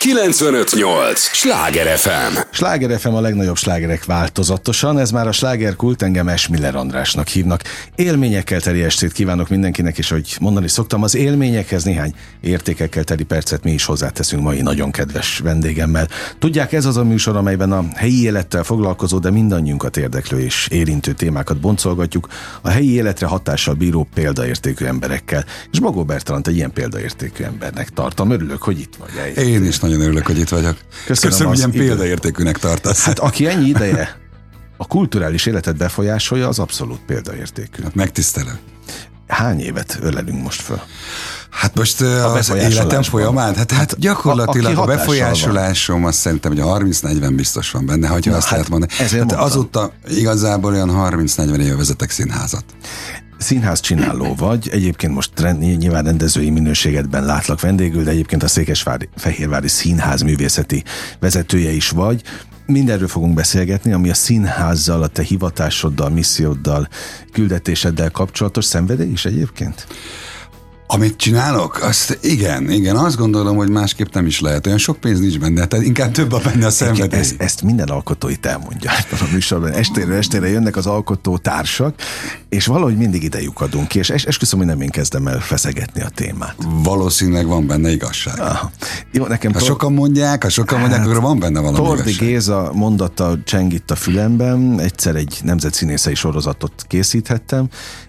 95.8 Sláger FM. Sláger FM a legnagyobb slágerek változatosan, ez már a slágerkult, engem Esmiller Andrásnak hívnak. Élményekkel teli estét kívánok mindenkinek, és hogy mondani szoktam, az élményekhez néhány értékekkel teli percet mi is hozzáteszünk mai nagyon kedves vendégemmel. Tudják, ez az a műsor, amelyben a helyi élettel foglalkozó, de mindannyiunkat érdeklő és érintő témákat boncolgatjuk a helyi életre hatással bíró példaértékű emberekkel. És Bagó Bertalant egy ilyen példaértékű embernek tartom. Örülök, hogy itt vagy. Én is nagyon örülök, hogy itt vagyok. Köszönöm, hogy ilyen példaértékűnek tartasz. Hát aki ennyi ideje a kulturális életet befolyásolja, az abszolút példaértékű. Hát megtisztelő. Hány évet ölelünk most föl? Hát most az életem folyamán, hát gyakorlatilag a befolyásolásom azt szerintem, hogy a 30-40 biztos van benne, ha azt lehet mondani. Hát azóta igazából olyan 30-40 éve vezetek színházat. Színházcsináló vagy, egyébként most nyilván rendezői minőségedben látlak vendégül, de egyébként a Székesfehérvári Színház művészeti vezetője is vagy. Mindenről fogunk beszélgetni, ami a színházzal, a te hivatásoddal, misszióddal, küldetéseddel kapcsolatos. Szenvedély is egyébként? Amit csinálok, azt igen, azt gondolom, hogy másképp nem is lehet. Olyan sok pénz nincs benne, tehát inkább több a benne a szenvedély. Ezt minden alkotó itt elmondja a műsorban. Estére jönnek az alkotó társak, és valahogy mindig ide lyukadunk ki, és esküszöm, hogy nem én kezdem el feszegetni a témát. Valószínűleg van benne igazság. Jó, nekem sokan mondják, akkor van benne valami Tordi igazság. Géza mondata cseng itt a fülemben, egyszer egy nemzetszínészei sorozatot készíthettem,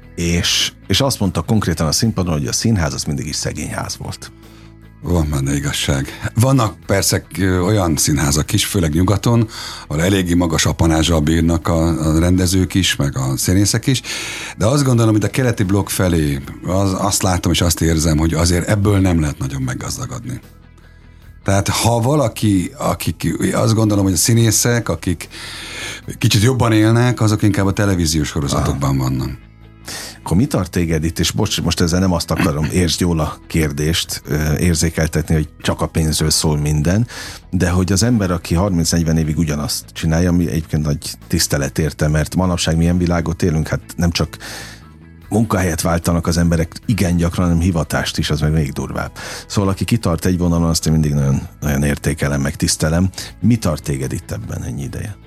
és azt mondta konkrétan a színpadon, hogy a színház az mindig is szegényház volt. Van benne igazság. Vannak persze olyan színházak is, főleg nyugaton, ahol eléggé magas apanázsal bírnak a rendezők is, meg a színészek is, de azt gondolom, hogy a keleti blokk felé azt látom és azt érzem, hogy azért ebből nem lehet nagyon meggazdagodni. Tehát ha valaki, akik azt gondolom, hogy a színészek, akik kicsit jobban élnek, azok inkább a televíziós sorozatokban vannak. Akkor mi tart téged itt, és most ezzel nem azt akarom, értsd jól a kérdést, érzékeltetni, hogy csak a pénzről szól minden, de hogy az ember, aki 30-40 évig ugyanazt csinálja, ami egyébként nagy tisztelet érte, mert manapság milyen világot élünk, hát nem csak munkahelyet váltanak az emberek igen gyakran, hanem hivatást is, az meg még durvább. Szóval aki kitart egy vonalon, azt én mindig nagyon, nagyon értékelem, meg tisztelem. Mi tart téged itt ebben ennyi ideje?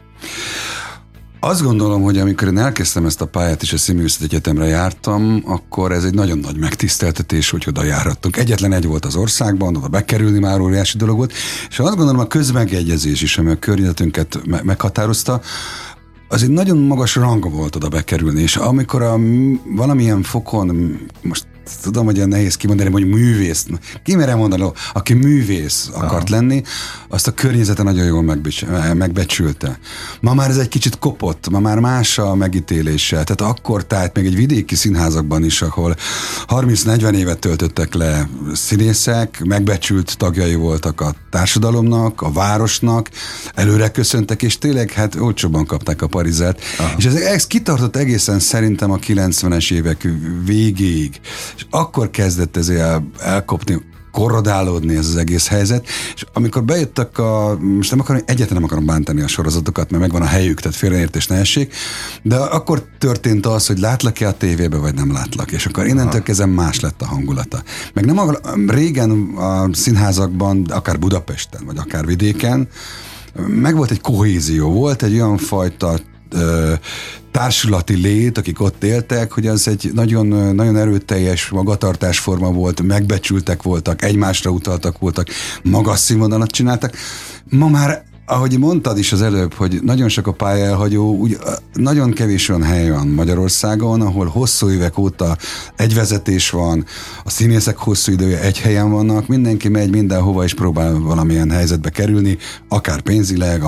Azt gondolom, hogy amikor én elkezdtem ezt a pályát és a Színművészeti Egyetemre jártam, akkor ez egy nagyon nagy megtiszteltetés, hogy oda járhattunk. Egyetlen egy volt az országban, oda bekerülni már óriási dolog volt, és azt gondolom a közmegegyezés is, ami a környezetünket meghatározta, az egy nagyon magas rang volt oda bekerülni, és amikor valamilyen fokon, most tudom, hogy ilyen nehéz kimondani, hogy művész, ki merem mondani, aki művész akart lenni, azt a környezete nagyon jól megbecsülte. Ma már ez egy kicsit kopott, ma már más a megítélése, tehát akkor tehát még egy vidéki színházakban is, ahol 30-40 évet töltöttek le színészek, megbecsült tagjai voltak a társadalomnak, a városnak, előre köszöntek, és tényleg hát olcsóban kapták a parizert. És ez kitartott egészen szerintem a 90-es évek végéig. És akkor kezdett ezért elkopni, korrodálódni ez az egész helyzet, és amikor bejöttek most egyáltalán nem akarom bántani a sorozatokat, mert megvan a helyük, tehát félreértés ne essék, de akkor történt az, hogy látlak-e a tévébe, vagy nem látlak, és akkor innentől kezdve más lett a hangulata. Meg nem régen a színházakban, akár Budapesten, vagy akár vidéken, meg volt egy kohézió, volt egy olyan fajta társulati lét, akik ott éltek, hogy az egy nagyon, nagyon erőteljes magatartásforma volt, megbecsültek voltak, egymásra utaltak voltak, magas színvonalat csináltak. Ma már, ahogy mondtad is az előbb, hogy nagyon sok a pályaelhagyó, úgy nagyon kevés olyan hely van Magyarországon, ahol hosszú évek óta egy vezetés van, a színészek hosszú idője egy helyen vannak, mindenki megy mindenhova és próbál valamilyen helyzetbe kerülni, akár pénzileg,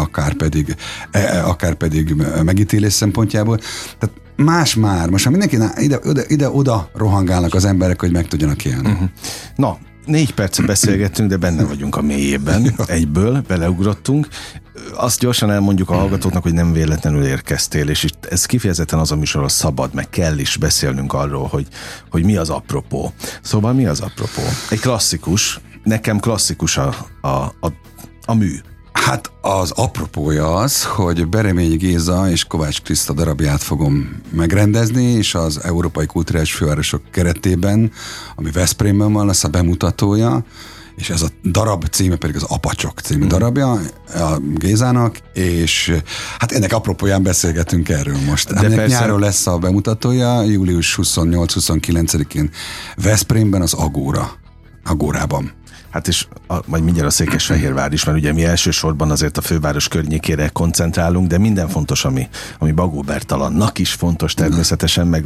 akár pedig megítélés szempontjából. Tehát más már, most már mindenki ide-oda rohangálnak az emberek, hogy meg tudjanak élni. Na, 4 percet beszélgettünk, de benne vagyunk a mélyében, egyből beleugrottunk. Azt gyorsan elmondjuk a hallgatóknak, hogy nem véletlenül érkeztél, és ez kifejezetten az a műsorról szabad, meg kell is beszélnünk arról, hogy mi az apropó. Szóval mi az apropó? Egy klasszikus, nekem klasszikus a mű. Hát az apropója az, hogy Bereményi Géza és Kovács Kriszta darabját fogom megrendezni, és az Európai Kulturális Fővárosok keretében, ami Veszprémben van, lesz a bemutatója, és ez a darab címe pedig az Apacsok című darabja a Gézának, és hát ennek apropóján beszélgetünk erről most. Ennek nyáron lesz a bemutatója, július 28-29-én Veszprémben, az Agórában. Hát és majd mindjárt a Székesfehérvár is, mert ugye mi elsősorban azért a főváros környékére koncentrálunk, de minden fontos, ami Bagó Bertalannak is fontos természetesen, meg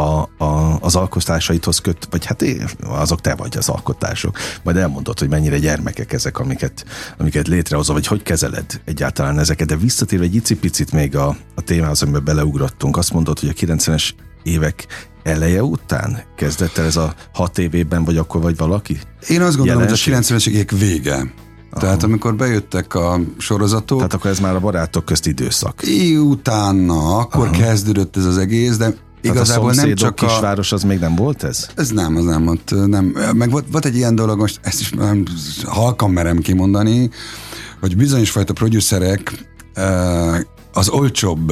az alkotásaithoz köt, vagy hát azok te vagy az alkotások. Majd elmondod, hogy mennyire gyermekek ezek, amiket létrehozol, vagy hogy kezeled egyáltalán ezeket, de visszatérve egy icipicit még a témához, amiben beleugrottunk, azt mondod, hogy a 90-es évek eleje után kezdett el ez a 6 évben, vagy akkor vagy valaki? Én azt gondolom, hogy a 90-es évek vége. Aha. Tehát amikor bejöttek a sorozatok... Tehát akkor ez már a barátok közt időszak. Utána, akkor kezdődött ez az egész, de igazából nem csak a... kisváros, az még nem volt ez? Ez nem, nem. Meg volt egy ilyen dolog, most ezt is halkan merem kimondani, hogy bizonyos fajta producerek az olcsóbb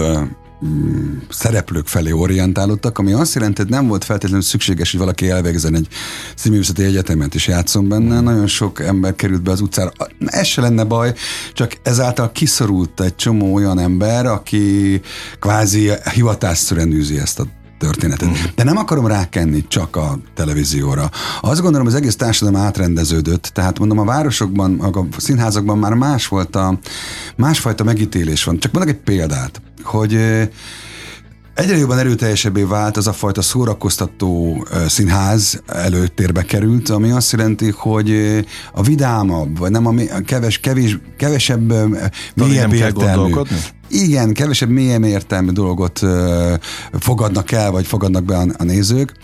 szereplők felé orientálódtak, ami azt jelenti, hogy nem volt feltétlenül szükséges, hogy valaki elvégezzen egy színművészeti egyetemet és játszon benne. Nagyon sok ember került be az utcára. Ez se lenne baj, csak ezáltal kiszorult egy csomó olyan ember, aki kvázi hivatásszerűen űzi ezt a történetet. De nem akarom rákenni csak a televízióra. Azt gondolom, az egész társadalom átrendeződött, tehát mondom, a városokban, a színházakban már másfajta megítélés van. Csak mondok egy példát, hogy egyre jobban erőteljesebbé vált az a fajta szórakoztató színház előtérbe került, ami azt jelenti, hogy a vidámabb, vagy nem a kevesebb mélyebb értelmű. Igen, kevesebb mélyebb értelmű dolgot fogadnak el, vagy fogadnak be a nézők.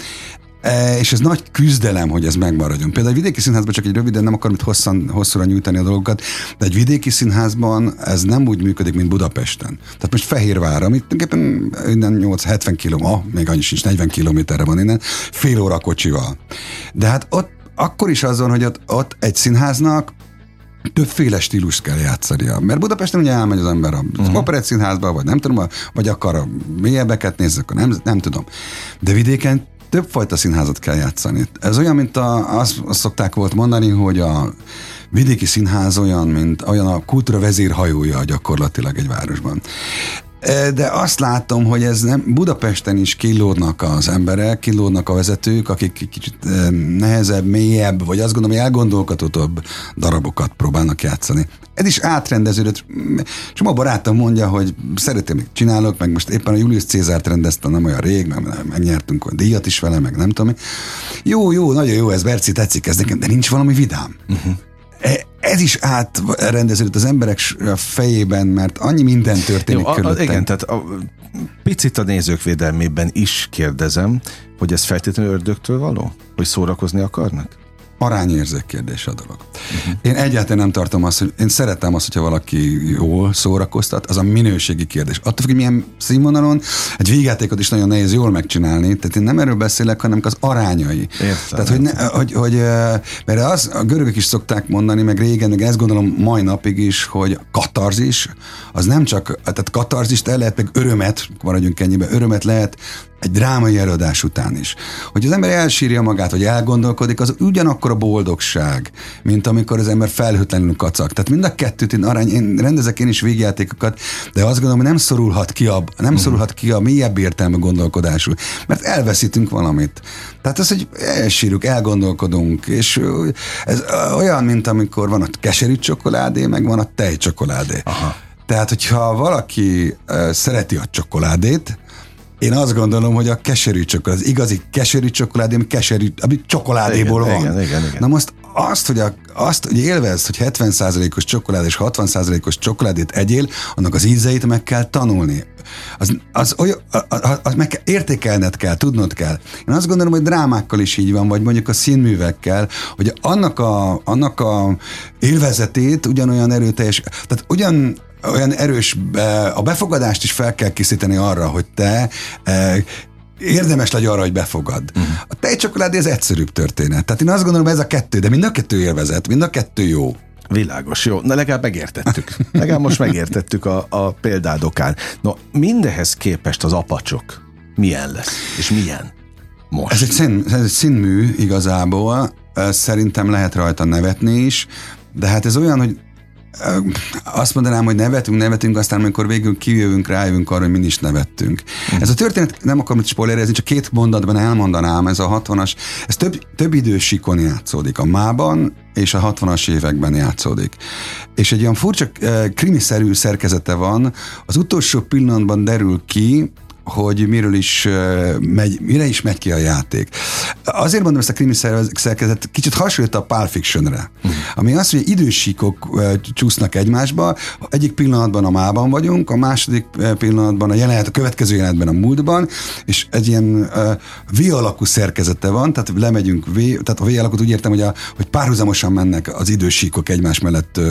És ez nagy küzdelem, hogy ez megmaradjon. Például egy vidéki színházban csak egy röviden, nem akarom itt hosszúra nyújtani a dolgokat, de egy vidéki színházban ez nem úgy működik, mint Budapesten. Tehát most Fehérvár, amit tulajdonképpen innen 8-70 km, még annyi sincs, 40 kilométerre van innen, fél óra kocsival. De hát ott akkor is azon, hogy ott egy színháznak többféle stílust kell játszania. Mert Budapesten ugye elmegy az ember az operett színházba, vagy nem tudom, vagy akar a mélyebbeket nézni, akkor nem tudom. De vidéken többfajta színházat kell játszani. Ez olyan, mint azt szokták volt mondani, hogy a vidéki színház olyan a kultúra vezérhajója gyakorlatilag egy városban. De azt látom, hogy ez nem, Budapesten is kilódnak az emberek, kilódnak a vezetők, akik kicsit nehezebb, mélyebb, vagy azt gondolom, hogy elgondolkodhatóbb darabokat próbálnak játszani. Ez is átrendeződött. Csomó barátom mondja, hogy szeretem, még csinálok, meg most éppen a Julius Cézárt rendeztem nem olyan rég, megnyertünk a díjat is vele, meg nem tudom. Jó, nagyon jó, ez Berci, tetszik ez nekem, de nincs valami vidám. Ez is átrendeződött az emberek fejében, mert annyi minden történik körülöttem. Igen, tehát picit a nézők védelmében is kérdezem, hogy ez feltétlenül ördögtől való? Hogy szórakozni akarnak? Arányérzék kérdés a dolog. Én egyáltalán nem tartom azt, hogy én szeretem azt, hogyha valaki jól szórakoztat, az a minőségi kérdés. Attól függ, hogy milyen színvonalon, egy vígjátékot is nagyon nehéz jól megcsinálni, tehát én nem erről beszélek, hanem az arányai. Értem. Tehát, mert a görögök is szokták mondani, meg régen, meg ezt gondolom mai napig is, hogy katarzis, az nem csak, tehát katarzist el lehet, meg örömet, maradjunk ennyiben, örömet lehet egy drámai előadás után is. Hogy az ember elsírja magát, vagy elgondolkodik, az ugyanakkor a boldogság, mint amikor az ember felhőtlenül kacag. Tehát mind a kettőt én rendezek én is végjátékokat, de azt gondolom, hogy nem szorulhat ki a mélyebb értelmű gondolkodású, mert elveszítünk valamit. Tehát az, hogy elsírjuk, elgondolkodunk, és ez olyan, mint amikor van a keserű csokoládé, meg van a tejcsokoládé. Aha. Tehát, hogyha valaki szereti a csokoládét, én azt gondolom, hogy a keserű csokoládé, az igazi keserű csokoládé, ami csokoládéból van. Igen. Na most hogy élvezd, hogy 70%-os csokoládé és 60%-os csokoládét egyél, annak az ízeit meg kell tanulni. Az meg kell, értékelned kell, tudnod kell. Én azt gondolom, hogy drámákkal is így van, vagy mondjuk a színművekkel, hogy annak a élvezetét ugyanolyan erőteljes, tehát olyan erős, a befogadást is fel kell készíteni arra, hogy te érdemes legy arra, hogy befogad. A tejcsokoládé ez egyszerűbb történet. Tehát én azt gondolom, ez a kettő, de mind a kettő élvezet, mind a kettő jó. Világos, jó. Na legalább megértettük. Legalább most megértettük a példádokán. No, mindehez képest az Apacsok milyen lesz? És milyen most? Ez egy színmű igazából. szerintem lehet rajta nevetni is, de hát ez olyan, hogy azt mondanám, hogy nevetünk, aztán amikor végül kijövünk, rájövünk arra, hogy mi is nevettünk. Ez a történet, nem akarom spoilerezni, csak 2 mondatban elmondanám, ez a 60-as, ez több idősíkon játszódik. A mában és a 60-as években játszódik. És egy olyan furcsa krimiszerű szerkezete van, az utolsó pillanatban derül ki, hogy mire is megy ki a játék. Azért mondom ezt a krimi szerkezet, kicsit hasonlít a Pulp Fiction-re, ami azt, hogy idősíkok csúsznak egymásba, egyik pillanatban a mában vagyunk, a második pillanatban a következő jelenetben a múltban, és egy ilyen V-alakú szerkezete van, tehát lemegyünk tehát a V-alakot úgy értem, hogy párhuzamosan mennek az idősíkok egymás mellett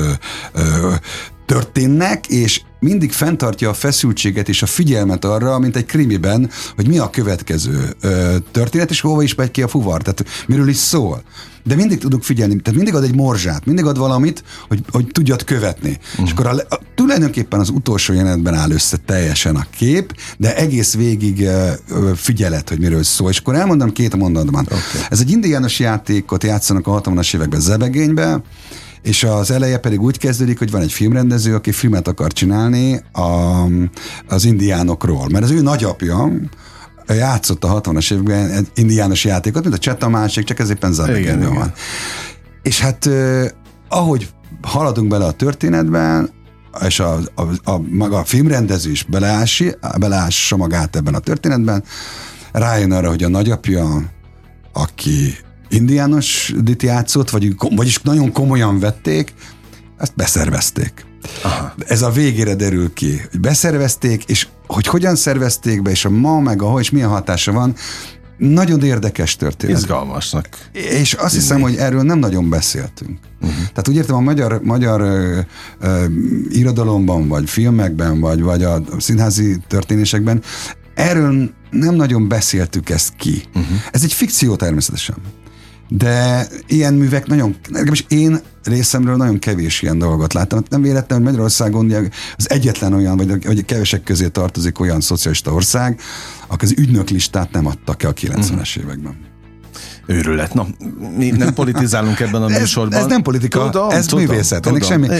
történnek, és mindig fenntartja a feszültséget és a figyelmet arra, mint egy krimiben, hogy mi a következő történet, és hova is megy ki a fuvar, tehát miről is szól. De mindig tudunk figyelni, tehát mindig ad egy morzsát, mindig ad valamit, hogy tudjad követni. És akkor tulajdonképpen az utolsó jelenetben áll össze teljesen a kép, de egész végig figyeled, hogy miről szól. És akkor elmondom 2 mondatban. Okay. Ez egy indiános játékot játszanak a 60-as években Zebegénybe, és az eleje pedig úgy kezdődik, hogy van egy filmrendező, aki filmet akar csinálni az indiánokról. Mert az ő nagyapja játszott a 60-as években egy indiános játékot, mint a Csetamásik, csak ez éppen Zebegényben van. És hát ahogy haladunk bele a történetben, és maga a filmrendező is beleássa magát ebben a történetben, rájön arra, hogy a nagyapja, aki indiánosdit játszott, vagyis nagyon komolyan vették, ezt beszervezték. Aha. Ez a végére derül ki, hogy beszervezték, és hogy hogyan szervezték be, és a ma meg és milyen hatása van, nagyon érdekes történet. Izgalmasnak. És azt hiszem, hogy erről nem nagyon beszéltünk. Tehát úgy értem, a magyar irodalomban, vagy filmekben, vagy a színházi történésekben erről nem nagyon beszéltük ezt ki. Ez egy fikció természetesen. De ilyen művek legalábbis én részemről nagyon kevés ilyen dolgot láttam. Nem véletlen, hogy Magyarországon az egyetlen olyan, vagy kevesek közé tartozik olyan szocialista ország, aki az ügynöklistát nem adtak el a 90-es években. Őrület. Na, mi nem politizálunk ebben a műsorban. Ez nem politika, ez művészet. Ennek semmi.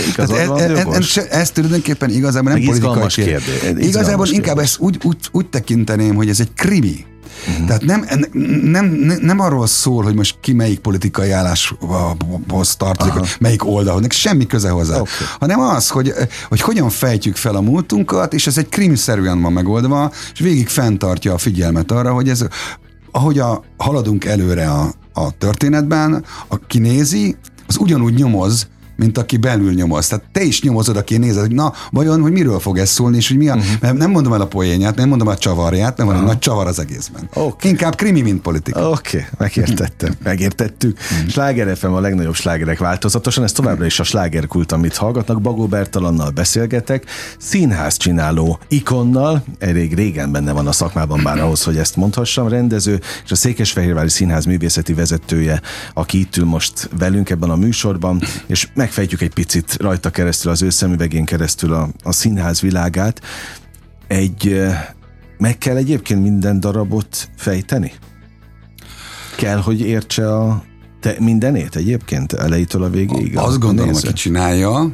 Ez tulajdonképpen igazából nem politikai kérdés. Igazából inkább ezt úgy tekinteném, hogy ez egy krimi. Tehát nem arról szól, hogy most ki melyik politikai álláshoz tartozik, melyik oldalhoz, semmi köze hozzá. Okay. Hanem az, hogy hogyan fejtjük fel a múltunkat, és ez egy krimiszerűen van megoldva, és végig fenntartja a figyelmet arra, hogy ez, ahogy haladunk előre a történetben, aki nézi, az ugyanúgy nyomoz, mint aki belül nyomoz. Tehát te is nyomozod, aki nézed, hogy na, vajon, hogy miről fog ez szólni, és hogy mi a... Mert nem mondom el a poénját, nem mondom el a csavarját, mert van egy nagy csavar az egészben. Okay. Inkább krimi, mint politika. Oké, megértettük. Sláger FM a legnagyobb slágerek változatosan, ez továbbra is a slágerkult, amit hallgatnak. Bagó Bertalannal beszélgetek, színházcsináló ikonnal, elég régen benne van a szakmában bár ahhoz, hogy ezt mondhassam, rendező, és a Székesfehérvári Színház művészeti vezetője, aki itt ül most velünk ebben a műsorban, és megfejtjük egy picit rajta keresztül, az ő szemüvegén keresztül a színház világát. Meg kell egyébként minden darabot fejteni? Kell, hogy értse mindenét egyébként elejétől a végéig? Azt gondolom, aki csinálja,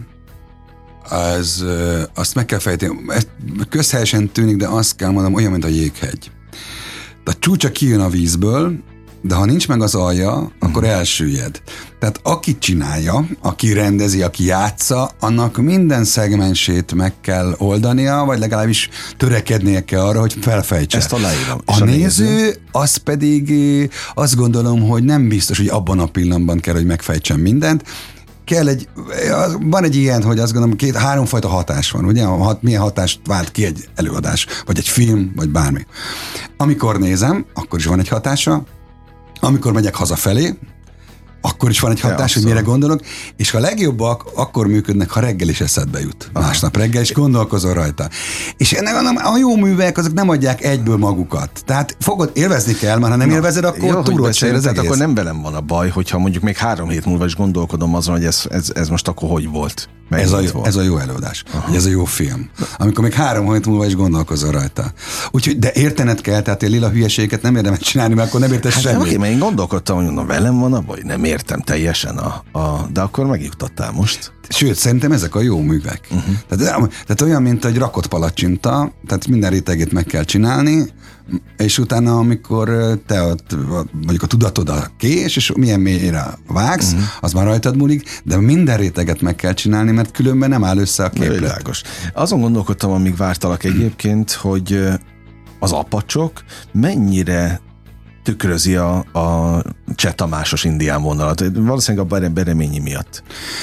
azt meg kell fejteni. Ez közhelyesen tűnik, de azt kell mondanom, olyan, mint a jéghegy. A csúcsa kijön a vízből, de ha nincs meg az alja, akkor elsüllyed. Tehát aki csinálja, aki rendezi, aki játsza, annak minden szegmensét meg kell oldania, vagy legalábbis törekednie kell arra, hogy felfejtse. Ezt aláírom. A néző, az pedig azt gondolom, hogy nem biztos, hogy abban a pillanatban kell, hogy megfejtsen mindent. Van egy ilyen, hogy azt gondolom, 3 fajta hatás van, ugye? Milyen hatást vált ki egy előadás, vagy egy film, vagy bármi. Amikor nézem, akkor is van egy hatása. Amikor megyek hazafelé, akkor is van egy hatás, hogy mire gondolok, és a legjobbak akkor működnek, ha reggel is eszedbe jut. Másnap reggel, és gondolkozol rajta. És ennek a jó művek, azok nem adják egyből magukat. Tehát élvezni kell, mert ha nem élvezed, akkor túlról se az egész. Akkor nem velem van a baj, hogyha mondjuk még 3 hét múlva is gondolkodom azon, hogy ez most akkor hogy volt. Ez a jó előadás. Ez a jó film. Amikor még 3 hónap múlva is gondolkozol rajta. Úgyhogy, de értened kell, tehát én lila hülyeségeket nem érdemes csinálni, mert akkor nem értesz semmit. Oké, mert én gondolkodtam, hogy mondom, velem van abban, hogy nem értem teljesen de akkor megjutottál most. Sőt, szerintem ezek a jó művek. Tehát olyan, mint egy rakott palacsinta, tehát minden rétegét meg kell csinálni, és utána, amikor te mondjuk a tudatod a kés, és milyen mélyre vágsz, az már rajtad múlik, de minden réteget meg kell csinálni, mert különben nem áll össze a képlet. Világos. Azon gondolkodtam, amíg vártalak egyébként, hogy az apacsok mennyire tükrözi a Cseh Tamásos indián vonalat. Valószínűleg a Bereményi miatt.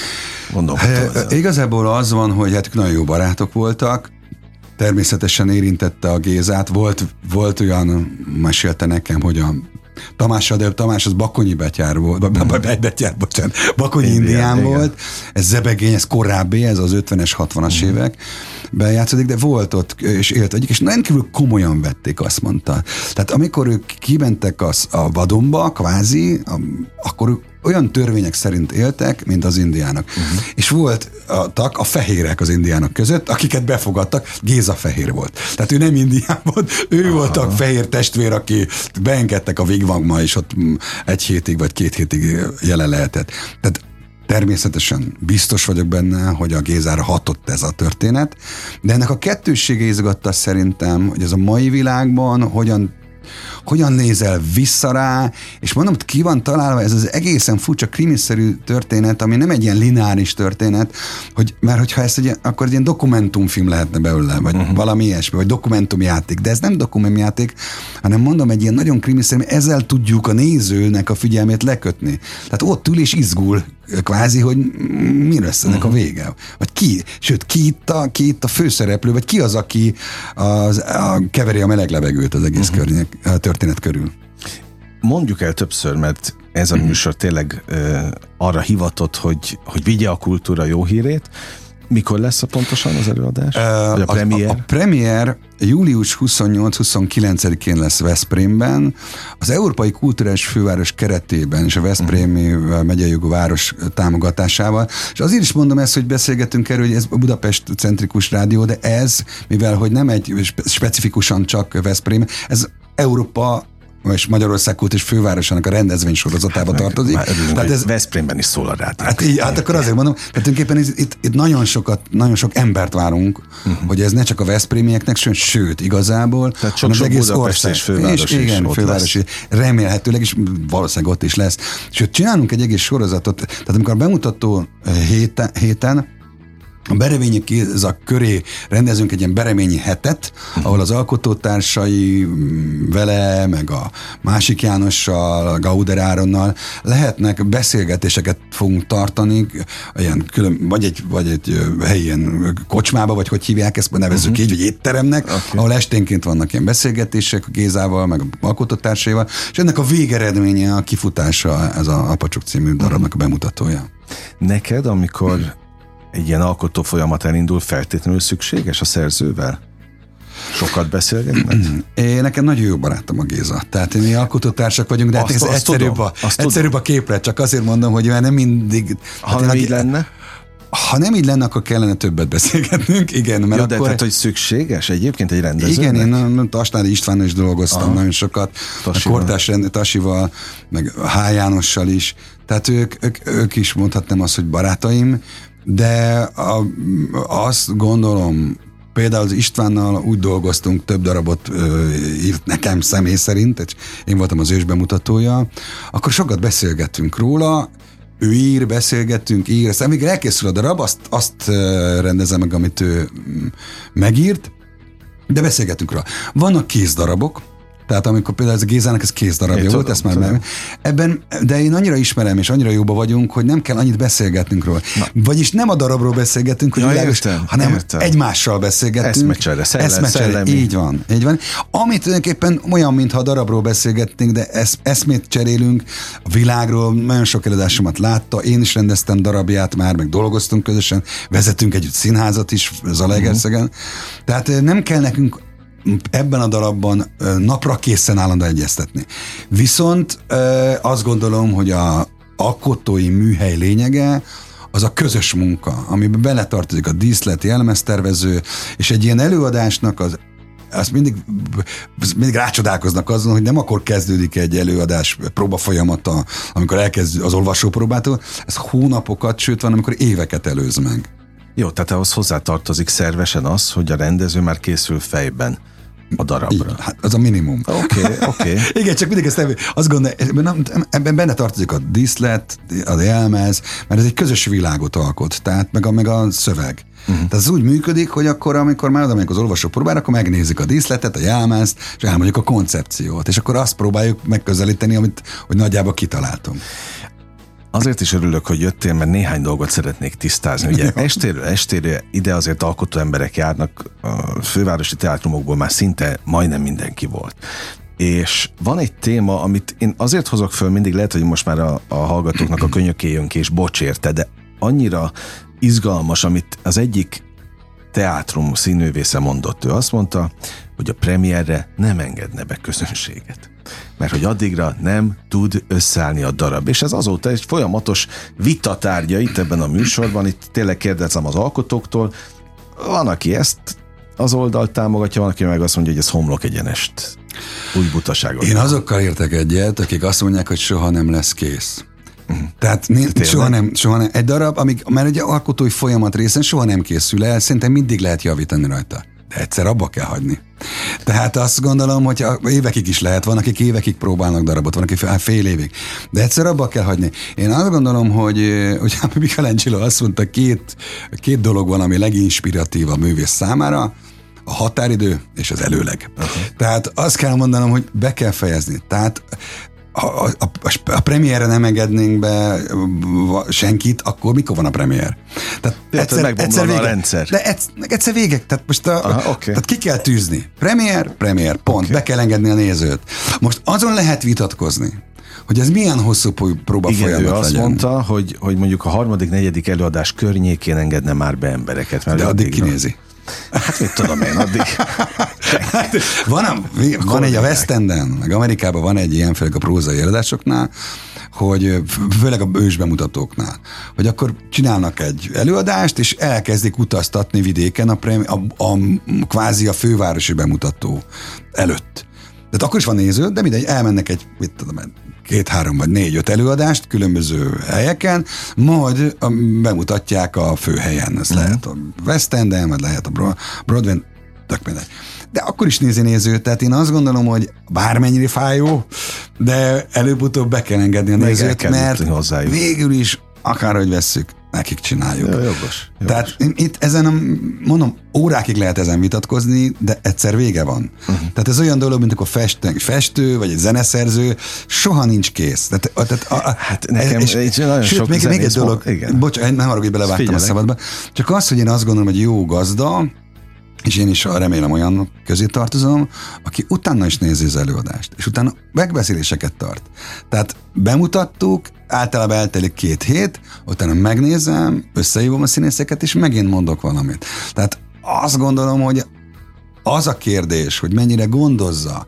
Igazából az van, hogy hát nagyon jó barátok voltak, természetesen érintette a Gézát, volt olyan, mesélte nekem, hogy a Tamás az Bakonyi Betyár volt, Bakonyi indián volt, ez zebegény, ez korábbi, ez az 50-es, 60-as években játszódik, de volt ott, és élt egyik, és rendkívül komolyan vették, azt mondta. Tehát amikor ők kimentek a vadonba, kvázi, akkor ők olyan törvények szerint éltek, mint az indiánok. És voltak a fehérek az indiánok között, akiket befogadtak, Géza fehér volt. Tehát ő nem indián volt, ő volt a fehér testvér, aki beengedtek a wigwamba, és ott 1 hétig vagy 2 hétig jelen lehetett. Tehát természetesen biztos vagyok benne, hogy a Gézára hatott ez a történet, de ennek a kettőssége izgatta szerintem, hogy ez a mai világban hogyan nézel vissza rá, és mondom, hogy ki van találva ez az egészen furcsa krimiszerű történet, ami nem egy ilyen lineáris történet, mert hogyha ezt akkor egy ilyen dokumentumfilm lehetne belőle, vagy valami ilyesmi, vagy dokumentumjáték, de ez nem dokumentumjáték, hanem mondom, egy ilyen nagyon krimiszerű, ezzel tudjuk a nézőnek a figyelmét lekötni. Tehát ott ül és izgul kvázi, hogy mi lesz ennek a vége. Vagy ki itt a főszereplő, vagy ki az, aki keveri a meleg levegőt az egész történet körül. Mondjuk el többször, mert ez a műsor tényleg arra hivatott, hogy vigye a kultúra jó hírét. Mikor lesz pontosan az előadás? Vagy a premier? A premier július 28-29-én lesz Veszprémben, az Európai Kulturális Főváros keretében és a Veszprémi megyei jogú város támogatásával. És azért is mondom ezt, hogy beszélgetünk erről, hogy ez a Budapest-centrikus rádió, de ez, mivel hogy nem egy specifikusan csak Veszprém, ez Európa és Magyarország Kulturális Fővárosának a rendezvénysorozatába tartozik. Tehát ez Veszprémben is szól a rádió. Hát akkor azért mondom, tulajdonképpen itt nagyon sok embert várunk, hogy ez ne csak a veszprémieknek, sőt, igazából, tehát sok az egész ország és főváros igen, fővárosi, remélhetőleg, is valószínűleg ott is lesz. Sőt, csinálunk egy egész sorozatot, tehát amikor a bemutató héten a Bereményi Géza köré rendezünk egy ilyen bereményi hetet, ahol az alkotótársai vele, meg a másik Jánossal, a Gauder Áronnal lehetnek, beszélgetéseket fogunk tartani, ilyen vagy egy helyi ilyen kocsmába, vagy hogy hívják ezt, nevezzük így, vagy étteremnek, ahol esténként vannak ilyen beszélgetések a Gézával, meg a alkotótársaival, és ennek a végeredménye, a kifutása, ez a Apacsok című darabnak a bemutatója. Neked, amikor egy ilyen alkotó folyamat elindul, feltétlenül szükséges a szerzővel? Sokat beszélgetnek? Nekem nagyon jó barátom a Géza. Tehát mi alkotótársak vagyunk, de ez egyszerűbb a képlet. Csak azért mondom, hogy nem mindig... Ha nem így lenne? Ha nem így lenne, akkor kellene többet beszélgetnünk, igen. Mert jó, de tehát, hogy szükséges egyébként egy rendezőnek? Igen, én Tasnádi Istvánnal is dolgoztam nagyon sokat, Kortás Tasival, meg H. Jánossal is. Tehát ők is mondhatnám azt, hogy barátaim, de azt gondolom, például az Istvánnal úgy dolgoztunk, több darabot írt nekem személy szerint, és én voltam az ősbemutatója, akkor sokat beszélgettünk róla, ő beszélgettünk, aztán amikor elkészül a darab, azt rendezem meg, amit ő megírt, de beszélgetünk róla. Vannak kézdarabok, tehát amikor például ez a Gézának ez kézdarabja volt, ezt már nem. Ebben, de én annyira ismerem, és annyira jóba vagyunk, hogy nem kell annyit beszélgetnünk róla. Vagyis nem a darabról beszélgetünk, hogy hanem egymással beszélgetünk. Eszmecsere, így van. Amit tulajdonképpen olyan, mintha a darabról beszélgetnénk, de eszmét cserélünk a világról, nagyon sok előadásomat látta, én is rendeztem darabját már, meg dolgoztunk közösen, vezetünk együtt színházat is Zalaegerszegen. Tehát nem kell nekünk ebben a darabban napra készen állandó egyeztetni. Viszont azt gondolom, hogy a alkotói műhely lényege az a közös munka, amiben beletartozik a díszlet, jelmeztervező, és egy ilyen előadásnak azt mindig rácsodálkoznak azon, hogy nem akkor kezdődik egy előadás próba folyamata, amikor elkezd az olvasópróbától, ez hónapokat, sőt van, amikor éveket előz meg. Jó, tehát ahhoz hozzátartozik szervesen az, hogy a rendező már készül fejben a darabra. Hát az a minimum. Oké. Igen, csak mindig ezt azt gondolom, ebben benne tartozik a díszlet, a jelmez, mert ez egy közös világot alkot, tehát meg a szöveg. Tehát ez úgy működik, hogy akkor, amikor már oda megyünk az olvasó próbára, akkor megnézzük a díszletet, a jelmezt, és elmondjuk a koncepciót, és akkor azt próbáljuk megközelíteni, hogy nagyjából kitaláltunk. Azért is örülök, hogy jöttél, mert néhány dolgot szeretnék tisztázni. Ugye estére ide azért alkotó emberek járnak, a fővárosi teátrumokból már szinte majdnem mindenki volt. És van egy téma, amit én azért hozok föl mindig, lehet, hogy most már a hallgatóknak a könyökéjön ki, és bocs érte, de annyira izgalmas, amit az egyik teátrum színművésze mondott. Ő azt mondta, hogy a premierre nem engedne be közönséget. Mert hogy addigra nem tud összeállni a darab. És ez azóta egy folyamatos vitatárgya itt ebben a műsorban, itt tényleg kérdezem az alkotóktól, van, aki ezt az oldalt támogatja, van, aki meg azt mondja, hogy ez homlok egyenest új butaságot. Én azokkal értek egyet, akik azt mondják, hogy soha nem lesz kész. Tehát soha nem. Egy darab, mert egy alkotói folyamat részen soha nem készül el, szerintem mindig lehet javítani rajta. De egyszer abba kell hagyni. Tehát azt gondolom, hogy évekig is lehet, van, akik évekig próbálnak darabot, van, aki fél évig. De egyszer abba kell hagyni. Én azt gondolom, hogy Michelangelo azt mondta, két dolog van, ami leginspiratív a művész számára, a határidő és az előleg. Tehát azt kell mondanom, hogy be kell fejezni. Tehát a premierre nem engednénk be senkit, akkor mikor van a premier? Tehát egyszer vége. A rendszer. De egyszer vége. Tehát most tehát ki kell tűzni. Premier, pont. Okay. Be kell engedni a nézőt. Most azon lehet vitatkozni, hogy ez milyen hosszú próba folyamat legyen. Azt mondta, hogy mondjuk a harmadik, negyedik előadás környékén engedne már be embereket. Mert de addig kinézi. Hát mit tudom én, addig. Van egy a West Enden, meg Amerikában van egy ilyen, főleg a prózai előadásoknál, hogy főleg a ősbemutatóknál, hogy akkor csinálnak egy előadást, és elkezdik utaztatni vidéken kvázi a fővárosi bemutató előtt. Tehát akkor is van néző, de mindegy, elmennek egy, 2-3 vagy 4-5 előadást különböző helyeken, majd bemutatják a főhelyen. Ez lehet a West Enden, vagy lehet a Broadway, tök mindegy. De akkor is nézi néző, tehát én azt gondolom, hogy bármennyire fájó, de előbb-utóbb be kell engedni a nézőt, mert végül is, akárhogy vesszük, nekik csináljuk. Jogos. Tehát itt ezen, mondom, órákig lehet ezen vitatkozni, de egyszer vége van. Tehát ez olyan dolog, mint akkor festő, vagy egy zeneszerző, soha nincs kész. Hát nekem nagyon sok még egy dolog, bocs, nem arra, hogy belevágtam a szabadba, csak az, hogy én azt gondolom, hogy jó gazda, és én is remélem olyan közé tartozom, aki utána is nézi az előadást, és utána megbeszéléseket tart. Tehát bemutattuk, általában eltelik 2 hét, utána megnézem, összehívom a színészeket, és megint mondok valamit. Tehát azt gondolom, hogy az a kérdés, hogy mennyire gondozza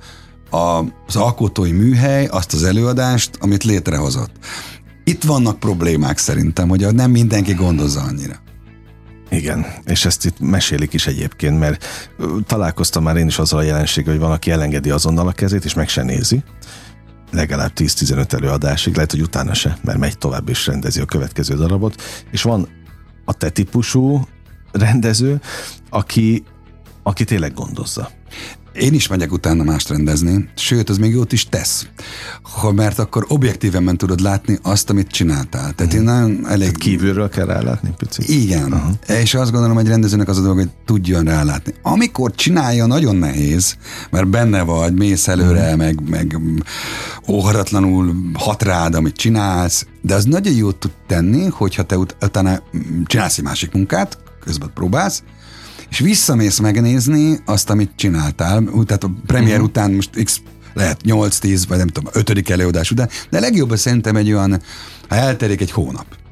az alkotói műhely azt az előadást, amit létrehozott. Itt vannak problémák szerintem, hogy nem mindenki gondozza annyira. Igen, és ezt itt mesélik is egyébként, mert találkoztam már én is azzal a jelenséggel, hogy van, aki elengedi azonnal a kezét, és meg se nézi. Legalább 10-15 előadásig, lehet, hogy utána se, mert megy tovább és rendezi a következő darabot. És van a te típusú rendező, aki tényleg gondozza. Én is megyek utána mást rendezni, sőt, az még jót is tesz, mert akkor objektíven tudod látni azt, amit csináltál. Tehát én nagyon elég... Tehát kívülről kell rálátni picit? Igen, és azt gondolom, hogy rendezőnek az a dolog, hogy tudjon rálátni. Amikor csinálja, nagyon nehéz, mert benne vagy, mész előre, meg óharatlanul hat rád, amit csinálsz, de az nagyon jót tud tenni, hogyha te utána csinálsz egy másik munkát, közben próbálsz, és visszamész megnézni azt, amit csináltál, tehát a premier után most lehet 8-10, vagy nem tudom, 5. előadás után, de legjobb szerintem egy olyan, ha eltelik egy hónap,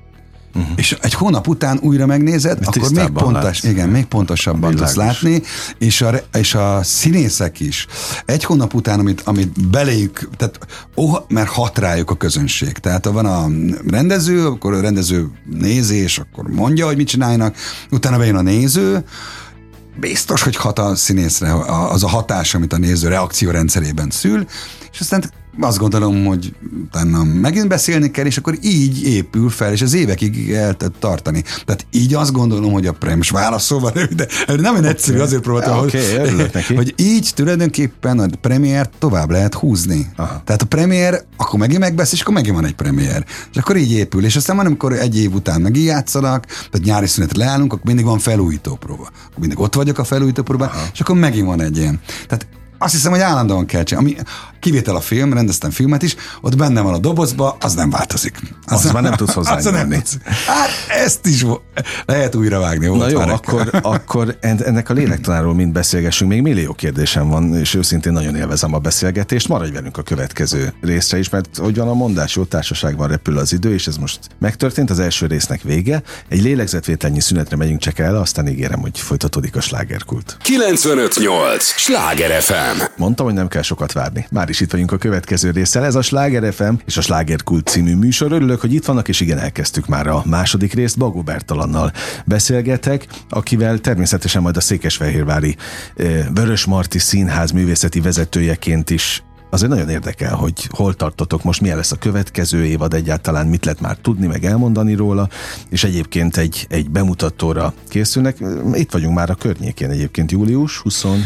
És egy hónap után újra megnézed, akkor még pontosabban tudsz látni, és a színészek is. Egy hónap után, amit beléjük, tehát mert hat rájuk a közönség. Tehát van a rendező, akkor a rendező nézi, és akkor mondja, hogy mit csinálnak, utána bejön a néző, biztos, hogy hat a színészre az a hatás, amit a néző reakciórendszerében szül, és aztán azt gondolom, hogy utána megint beszélni kell, és akkor így épül fel, és az évekig el tud tartani. Tehát így azt gondolom, hogy a most válaszolva, de nem olyan egyszerű, azért próbáltam, hogy így tulajdonképpen a premiért tovább lehet húzni. Aha. Tehát a premier, akkor megint megbeszél, és akkor megint van egy premier. És akkor így épül, és aztán amikor egy év után megint játszanak, tehát nyári szünetre leállunk, akkor mindig van felújító próba. Akkor mindig ott vagyok a felújító próbán, és akkor megint van egy ilyen. Tehát azt hiszem, hogy állandóan kell csinálni. Kivétel a film, rendeztem filmet is, ott benne van a dobozba, az nem változik. Azt már nem tudsz hozzányúlni. Hát ezt is lehet újra vágni. Na jó, akkor ennek a lélektanáról mind beszélgessünk. Még millió kérdésem van, és őszintén nagyon élvezem a beszélgetést. Maradj velünk a következő részre is, mert hogy van a mondás, jó társaságban repül az idő, és ez most megtörtént, az első résznek vége. Egy lélegzetvételnyi szünetre megyünk csak el, aztán ígérem, hogy folytatódik a slágerkult. 95.8 Sláger FM. Mondtam, hogy nem kell sokat várni. Már is itt vagyunk a következő résszel. Ez a Sláger FM és a Slágerkult című műsor. Örülök, hogy itt vannak, és igen, elkezdtük már a második részt. Bagó Bertalannal beszélgetek, akivel természetesen majd a székesfehérvári Vörösmarty Színház művészeti vezetőjeként is azért nagyon érdekel, hogy hol tartotok most, milyen lesz a következő évad, egyáltalán mit lehet már tudni, meg elmondani róla, és egyébként egy bemutatóra készülnek. Itt vagyunk már a környékén egyébként, július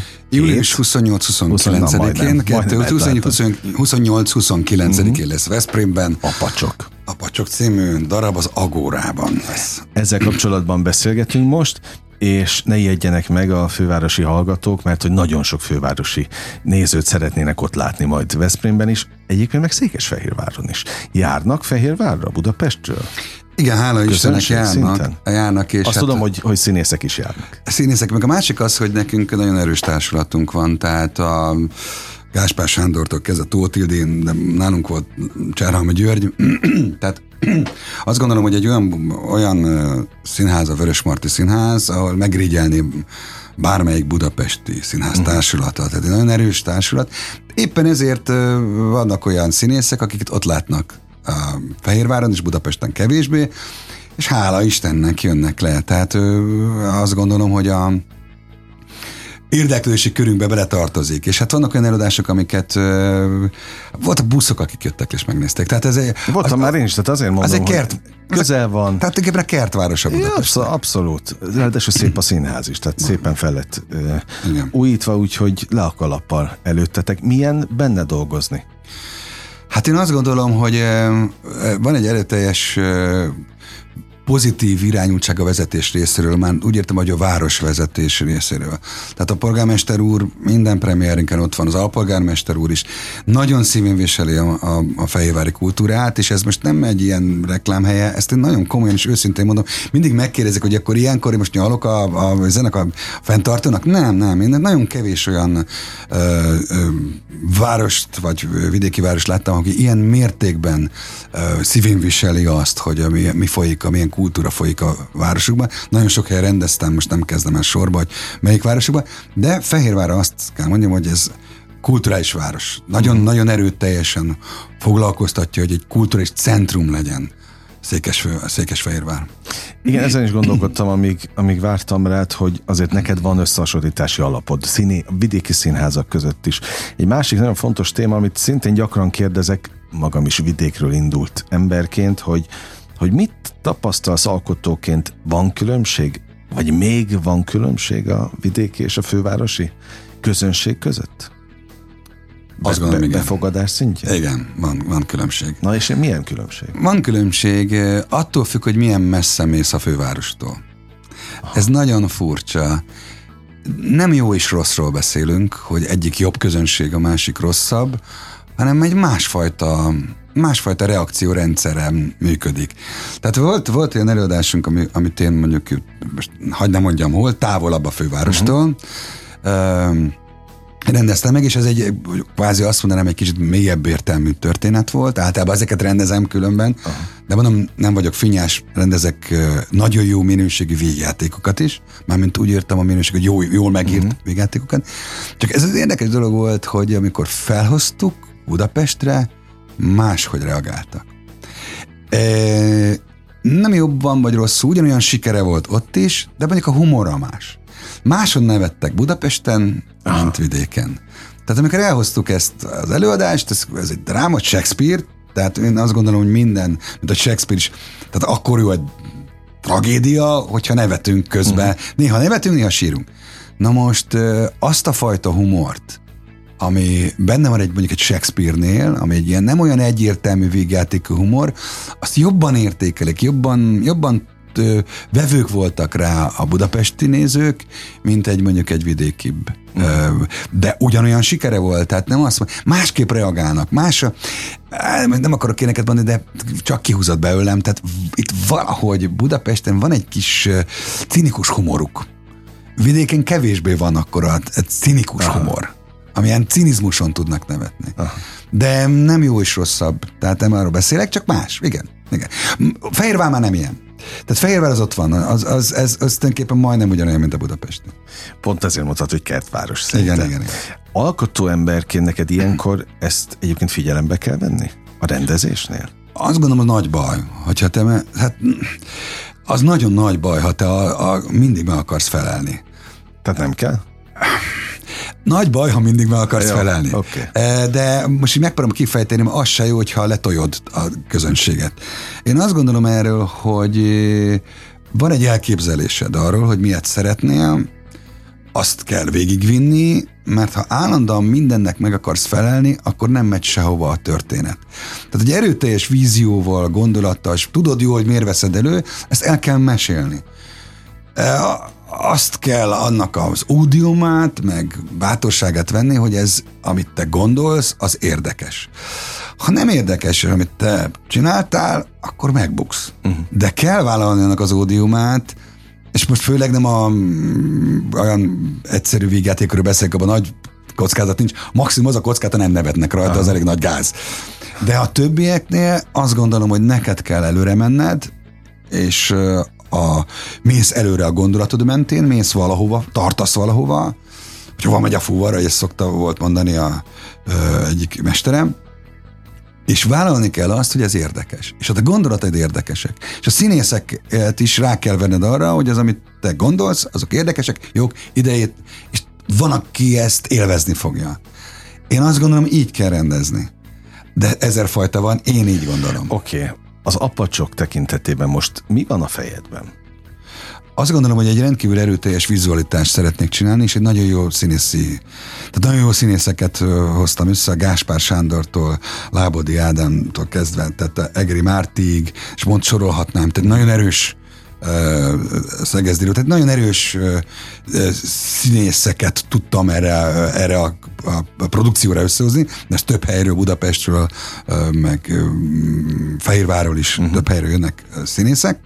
28-29-én, 28-29-én lesz Veszprémben. A Pacsok című darab az Agórában lesz. Ezzel kapcsolatban beszélgetünk most, és ne ijedjenek meg a fővárosi hallgatók, mert hogy nagyon sok fővárosi nézőt szeretnének ott látni majd Veszprémben is, egyébként meg Székesfehérváron is. Járnak Fehérvárra, Budapestről? Igen, hála Istennek járnak. És azt tudom, hogy színészek is járnak. Színészek, meg a másik az, hogy nekünk nagyon erős társulatunk van, tehát a Gáspár Sándortól kezdve Tóth Ildén, de nálunk volt Cserhalmi György, tehát azt gondolom, hogy egy olyan színház, a Vörösmarty Színház, ahol megrigyelni bármelyik budapesti színház társulata, tehát egy nagyon erős társulat. Éppen ezért vannak olyan színészek, akiket ott látnak a Fehérváron és Budapesten kevésbé, és hála Istennek jönnek le. Tehát azt gondolom, hogy a érdeklődési körünkbe beletartozik. És hát vannak olyan előadások, amiket voltak buszok, akik jöttek és megnézték. Tehát voltam már én is, tehát azért mondom, hogy közel van. Tehát tulajdonképpen a kertváros a Budapest. Abszolút. Ráadásul szép a színház is, tehát szépen fel lett újítva, úgyhogy le a kalappal előttetek. Milyen benne dolgozni? Hát én azt gondolom, hogy van egy erőteljes pozitív irányultság a vezetés részéről, már úgy értem, hogy a városvezetés részéről. Tehát a polgármester úr minden premiérinken ott van, az alpolgármester úr is nagyon szívén viseli a fehérvári kultúrát, és ez most nem egy ilyen reklámhelye, ezt én nagyon komolyan és őszintén mondom, mindig megkérdezik, hogy akkor ilyenkor én most nyalok a fenntartónak? Nem, én nagyon kevés olyan várost, vagy vidéki várost láttam, aki ilyen mértékben szívén viseli azt, hogy mi folyik, milyen kultúra folyik a városokban. Nagyon sok helyen rendeztem, most nem kezdem el sorba, hogy melyik városokban, de Fehérvárra azt kell mondjam, hogy ez kulturális város. Nagyon erőteljesen foglalkoztatja, hogy egy kulturális centrum legyen Székesfehérvár. Igen, ezen is gondolkodtam, amíg vártam rád, hogy azért neked van összehasonlítási alapod, vidéki színházak között is. Egy másik nagyon fontos téma, amit szintén gyakran kérdezek, magam is vidékről indult emberként, hogy mit tapasztalsz alkotóként, van különbség? Vagy még van különbség a vidéki és a fővárosi közönség között? Azt gondolom, igen. Befogadás szintjén? Igen, van különbség. Na és milyen különbség? Van különbség, attól függ, hogy milyen messze mész a fővárostól. Ez nagyon furcsa. Nem jó és rosszról beszélünk, hogy egyik jobb közönség, a másik rosszabb, hanem egy másfajta reakciórendszerem működik. Tehát volt olyan előadásunk, amit én mondjuk, most hagyd ne mondjam hol, távolabb a fővárostól, rendeztem meg, és ez egy kvázi azt mondanám, egy kicsit mélyebb értelmű történet volt. Általában ezeket rendezem különben. de mondom, nem vagyok finnyás, rendezek nagyon jó minőségű végjátékokat is, mármint úgy írtam a minőség, hogy jól megírt végjátékokat. Csak ez az érdekes dolog volt, hogy amikor felhoztuk Budapestre, máshogy reagáltak. Nem jobban vagy rosszul, ugyanolyan sikere volt ott is, de mondjuk a humorra más. Máson nevettek Budapesten, mint vidéken. Tehát amikor elhoztuk ezt az előadást, ez egy dráma, Shakespeare, tehát én azt gondolom, hogy minden, mint a Shakespeare is, tehát akkor jó egy tragédia, hogyha nevetünk közben. Néha nevetünk, néha sírunk. Na most azt a fajta humort, ami benne van mondjuk egy Shakespeare-nél, ami egy ilyen nem olyan egyértelmű végjátékú humor, azt jobban értékelik, jobban vevők voltak rá a budapesti nézők, mint mondjuk egy vidékibb. De ugyanolyan sikere volt, tehát nem azt mondja, másképp reagálnak, nem akarok éneket mondani, de csak kihúzott belőlem, tehát itt valahogy Budapesten van egy kis cinikus humoruk. Vidéken kevésbé van akkor egy cinikus humor, amilyen cinizmuson tudnak nevetni. De nem jó és rosszabb, tehát nem arról beszélek, csak más, igen. Fehérvár már nem ilyen. Tehát Fehérvár az ott van, ez tulajdonképpen majdnem ugyanolyan, mint a Budapest. Pont ezért mondtad, hogy kertváros szerintem. Igen. Alkotó emberként neked ilyenkor ezt egyébként figyelembe kell venni? A rendezésnél? Azt gondolom, az nagy baj, hogyha te, az nagyon nagy baj, ha te mindig meg akarsz felelni. Tehát nem kell? Nagy baj, ha mindig meg akarsz felelni. Okay. De most így megpróbálom kifejteni, mert az se jó, hogyha letoljod a közönséget. Én azt gondolom erről, hogy van egy elképzelésed arról, hogy miért szeretnél, azt kell végigvinni, mert ha állandóan mindennek meg akarsz felelni, akkor nem megy sehova a történet. Tehát egy erőteljes vízióval, gondolattal, és tudod jó, hogy miért veszed elő, ezt el kell mesélni. Azt kell annak az ódiumát, meg bátorságát venni, hogy ez, amit te gondolsz, az érdekes. Ha nem érdekes, amit te csináltál, akkor megbuksz. De kell vállalni annak az ódiumát, és most főleg nem olyan egyszerű végjátékról beszélek, abban nagy kockázat nincs. Maximum az a kockázat, nem nevetnek rajta, az elég nagy gáz. De a többieknél azt gondolom, hogy neked kell előre menned, és mész előre a gondolatod mentén, mész valahova, tartasz valahova, hogy hova megy a fúvarra, ezt szokta volt mondani egyik mesterem, és vállalni kell azt, hogy ez érdekes. És a gondolataid érdekesek. És a színészeket is rá kell venned arra, hogy az, amit te gondolsz, azok érdekesek, jók, idejét, és van, aki ezt élvezni fogja. Én azt gondolom, így kell rendezni. De 1000 fajta van, én így gondolom. Oké. Az apacsok tekintetében most mi van a fejedben? Azt gondolom, hogy egy rendkívül erőteljes vizualitást szeretnék csinálni, és egy nagyon jó tehát nagyon jó színészeket hoztam össze, a Gáspár Sándortól, Lábodi Ádámtól kezdve, tehát Egri Mártig, és sorolhatnám, tehát nagyon erős Szegezdi, tehát nagyon erős színészeket tudtam erre a produkcióra összehozni, de ez több helyről, Budapestről, meg Fehérvárról is több helyről jönnek színészek.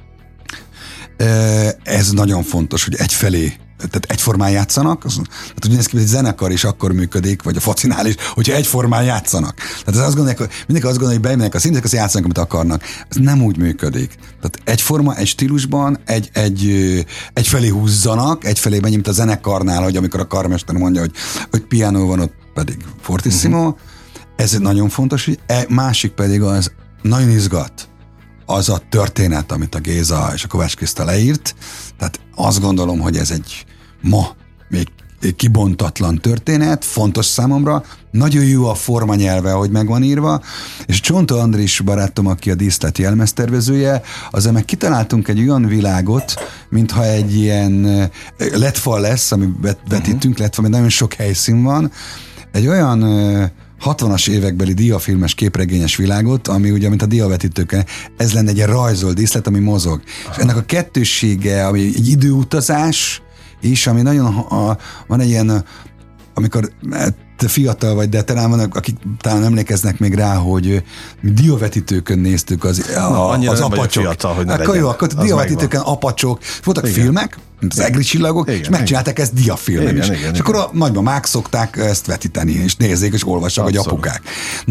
Ez nagyon fontos, hogy tehát egyformán játszanak, tehát ugyanez egy zenekar is akkor működik, vagy a focinál is, hogyha egyformán játszanak. Tehát azt gondolják, mindenki azt gondolja, hogy bemennek a színészek, azt játszanak, amit akarnak. Ez nem úgy működik. Tehát egyforma, egy stílusban, egyfelé húzzanak, egyfelé megy, mint a zenekarnál, hogy amikor a karmester mondja, hogy piano van, ott pedig fortissimo. Ez nagyon fontos, hogy másik pedig az nagyon izgat. Az a történet, amit a Géza és a Kovács Kriszta leírt. Tehát azt gondolom, hogy ez egy ma még kibontatlan történet, fontos számomra, nagyon jó a formanyelve, ahogy meg van írva, és Csontó Andris barátom, aki a díszlet jelmeztervezője, azért meg kitaláltunk egy olyan világot, mintha egy ilyen letfal lesz, ami vetítünk, letfal, mert nagyon sok helyszín van, egy olyan 60-as évekbeli diafilmes képregényes világot, ami ugye, mint a diavetítőkön, ez lenne egy ilyen rajzolt díszlet, ami mozog. És ennek a kettőssége, ami egy időutazás is, ami nagyon, van egy ilyen, amikor te fiatal vagy, de talán vannak, akik talán emlékeznek még rá, hogy mi diavetítőkön néztük az apacsok. Fiatal, hogy ne akkor legyen. jó, akkor diavetítőkön apacsok. Voltak filmek, mint az Egri csillagok, és megcsinálták ezt diafilmen is. És akkor nagyban mák szokták ezt vetíteni, és nézzék, és olvassák, hogy apukák. Na most